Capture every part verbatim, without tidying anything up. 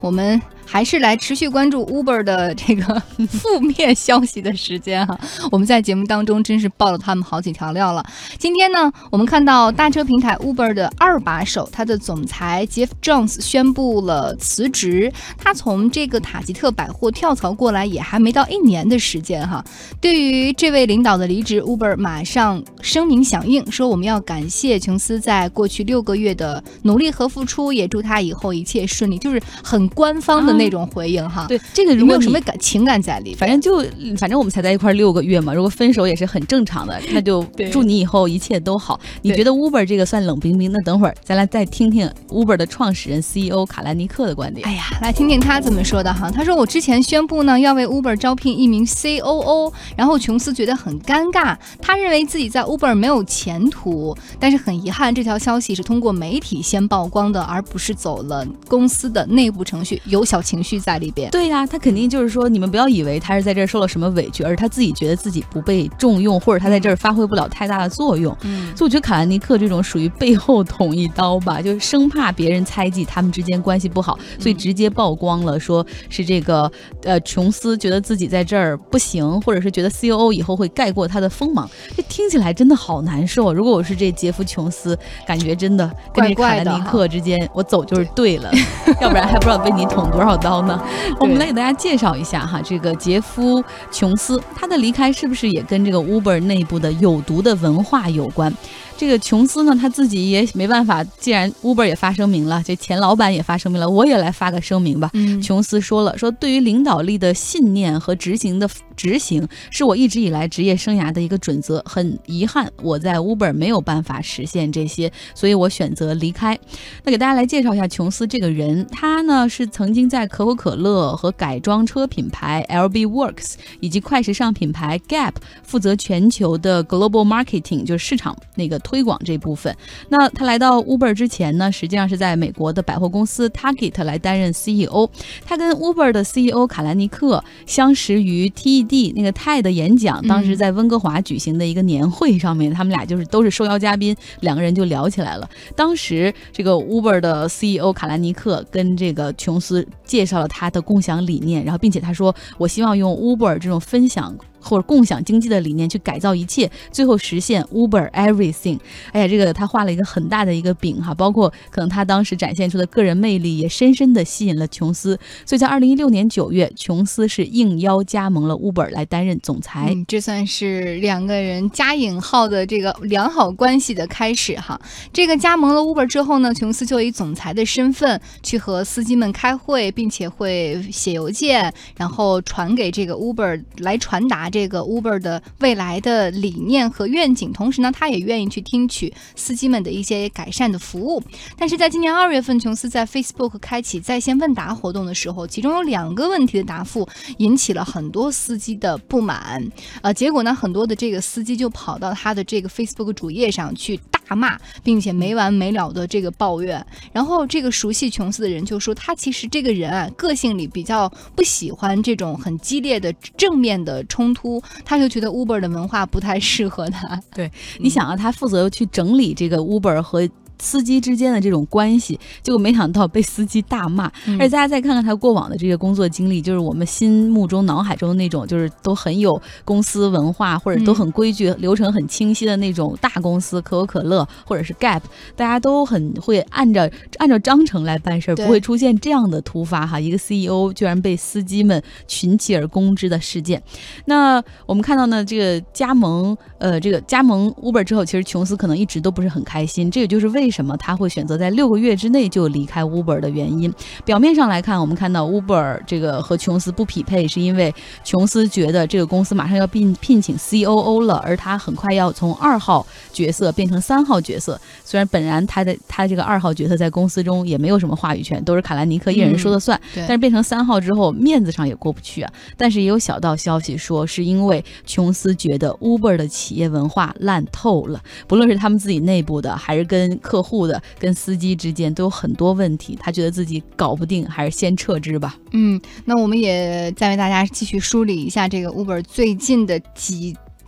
我们还是来持续关注 Uber 的这个负面消息的时间哈。我们在节目当中真是爆了他们好几条料了。今天呢，我们看到大车平台 Uber 的二把手，他的总裁 Jeff Jones 宣布了辞职。他从这个塔吉特百货跳槽过来也还没到一年的时间哈。对于这位领导的离职， Uber 马上声明响应，说我们要感谢琼斯在过去六个月的努力和付出，也祝他以后一切顺利，就是很官方的那种回应哈。 啊、对，这个有没有什么感情感在里面？ 反正就反正我们才在一块六个月嘛，如果分手也是很正常的，那就祝你以后一切都好。你觉得 Uber 这个算冷冰冰？那等会儿咱来再听听 Uber 的创始人 C E O 卡兰尼克的观点。 哎呀，来听听他怎么说的哈。他说我之前宣布呢要为 Uber 招聘一名 C O O， 然后琼斯觉得很尴尬，他认为自己在 Uber 没有前途，但是很遗憾这条消息是通过媒体先曝光的，而不是走了公司的内部程序，有小情绪在里边。 对呀、啊，他肯定就是说，你们不要以为他是在这儿受了什么委屈，而他自己觉得自己不被重用，或者他在这儿发挥不了太大的作用。嗯，所以我觉得卡兰尼克这种属于背后捅一刀吧，就是生怕别人猜忌他们之间关系不好，所以直接曝光了，说是这个呃琼斯觉得自己在这儿不行，或者是觉得 C O O 以后会盖过他的锋芒。这听起来真的好难受。如果我是这杰夫琼斯，感觉真的跟这卡兰尼克之间，我走就是对了，要不然还不知道被你捅多少刀呢。我们来给大家介绍一下哈，这个杰夫琼斯他的离开是不是也跟这个 Uber 内部的有毒的文化有关？这个琼斯呢，他自己也没办法，既然 Uber 也发声明了，这前老板也发声明了，我也来发个声明吧。嗯、琼斯说了，说对于领导力的信念和执行的执行，是我一直以来职业生涯的一个准则。很遗憾，我在 Uber 没有办法实现这些，所以我选择离开。那给大家来介绍一下琼斯这个人，他呢是曾经在可口可乐和改装车品牌 L B Works 以及快时尚品牌 Gap 负责全球的 Global Marketing， 就是市场那个推广这部分。那他来到 Uber 之前呢，实际上是在美国的百货公司 Target 来担任 C E O。 他跟 Uber 的 C E O 卡兰尼克相识于 T E D 那个 T E D 的演讲，当时在温哥华举行的一个年会上面，他们俩就是都是受邀嘉宾，两个人就聊起来了。当时这个 Uber 的 C E O 卡兰尼克跟这个琼斯介绍了他的共享理念，然后并且他说，我希望用 Uber 这种分享或者共享经济的理念去改造一切，最后实现 Uber Everything。 哎呀，这个他画了一个很大的一个饼哈，包括可能他当时展现出的个人魅力也深深的吸引了琼斯，所以在二零一六年九月，琼斯是应邀加盟了 Uber 来担任总裁。 嗯、这算是两个人加引号的这个良好关系的开始哈。这个加盟了 Uber 之后呢，琼斯就以总裁的身份去和司机们开会，并且会写邮件，然后传给这个 Uber 来传达这个 Uber 的未来的理念和愿景，同时呢，他也愿意去听取司机们的一些改善的服务。但是在今年二月份，琼斯在 Facebook 开启在线问答活动的时候，其中有两个问题的答复引起了很多司机的不满。呃，结果呢，很多的这个司机就跑到他的这个 Facebook 主页上去大骂，并且没完没了的这个抱怨。然后这个熟悉琼斯的人就说，他其实这个人啊，个性里比较不喜欢这种很激烈的正面的冲突，他就觉得 Uber 的文化不太适合他。 对，你想啊，他负责去整理这个 Uber 和司机之间的这种关系，结果没想到被司机大骂。嗯、而且大家再看看他过往的这个工作经历，就是我们心目中脑海中的那种就是都很有公司文化或者都很规矩、嗯、流程很清晰的那种大公司，可口可乐或者是 Gap， 大家都很会按照按照章程来办事，不会出现这样的突发哈，一个 C E O 居然被司机们群起而攻之的事件。那我们看到呢，这个加盟呃这个加盟 Uber 之后，其实琼斯可能一直都不是很开心，这也就是为什么他会选择在六个月之内就离开 Uber 的原因。表面上来看，我们看到 Uber 这个和琼斯不匹配，是因为琼斯觉得这个公司马上要聘聘请 C O O 了，而他很快要从二号角色变成三号角色。虽然本然他的他这个二号角色在公司中也没有什么话语权，都是卡兰尼克一人说了算、嗯、但是变成三号之后，面子上也过不去啊。但是也有小道消息说，是因为琼斯觉得 Uber 的企业文化烂透了，不论是他们自己内部的，还是跟客户的、跟司机之间，都有很多问题，他觉得自己搞不定，还是先撤资吧。 嗯，那我们也再为大家继续梳理一下这个 Uber 最近的几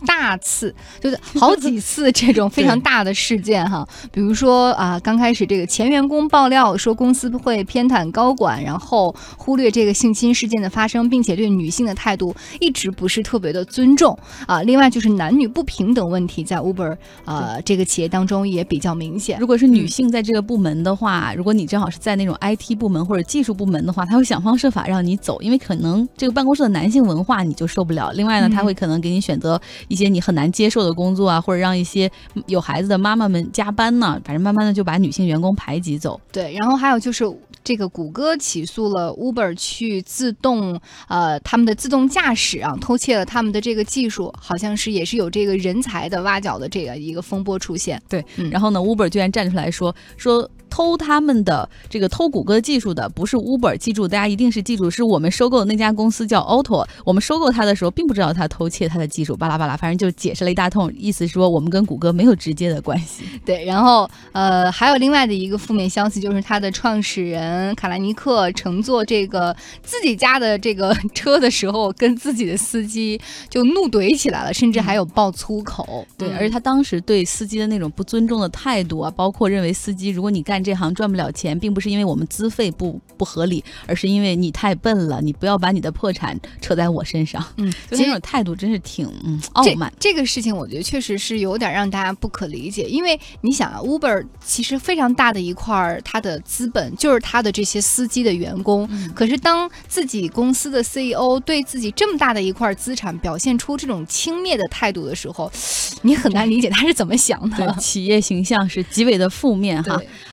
大次，就是好几次这种非常大的事件哈。比如说啊，刚开始这个前员工爆料说公司会偏袒高管，然后忽略这个性侵事件的发生，并且对女性的态度一直不是特别的尊重啊。另外就是男女不平等问题，在 Uber 啊这个企业当中也比较明显。 如果是女性在这个部门的话，嗯、如果你正好是在那种 I T 部门或者技术部门的话，他会想方设法让你走，因为可能这个办公室的男性文化你就受不了。另外呢，他会可能给你选择一些你很难接受的工作啊，或者让一些有孩子的妈妈们加班呢，反正慢慢的就把女性员工排挤走。 对，然后还有就是这个谷歌起诉了 Uber 去自动呃他们的自动驾驶啊，偷窃了他们的这个技术，好像是也是有这个人才的挖角的这个一个风波出现。 对，嗯、然后呢 Uber 居然站出来说说偷他们的这个偷谷歌技术的不是 Uber， 记住大家一定是记住是我们收购的那家公司叫 Auto， 我们收购他的时候并不知道他偷窃他的技术，巴拉巴拉，反正就解释了一大通，意思说我们跟谷歌没有直接的关系。 对，然后呃还有另外的一个负面消息，就是他的创始人卡拉尼克乘坐这个自己家的这个车的时候，跟自己的司机就怒怼起来了，甚至还有爆粗口。 对，而且他当时对司机的那种不尊重的态度啊，包括认为司机如果你干这行赚不了钱，并不是因为我们资费不不合理，而是因为你太笨了，你不要把你的破产扯在我身上。嗯，就那种态度真是挺嗯傲慢。 这这个事情我觉得确实是有点让大家不可理解，因为你想啊 ，Uber 其实非常大的一块它的资本就是它的这些司机的员工，嗯、可是当自己公司的 C E O 对自己这么大的一块资产表现出这种轻蔑的态度的时候，你很难理解他是怎么想的。 对，企业形象是极为的负面哈。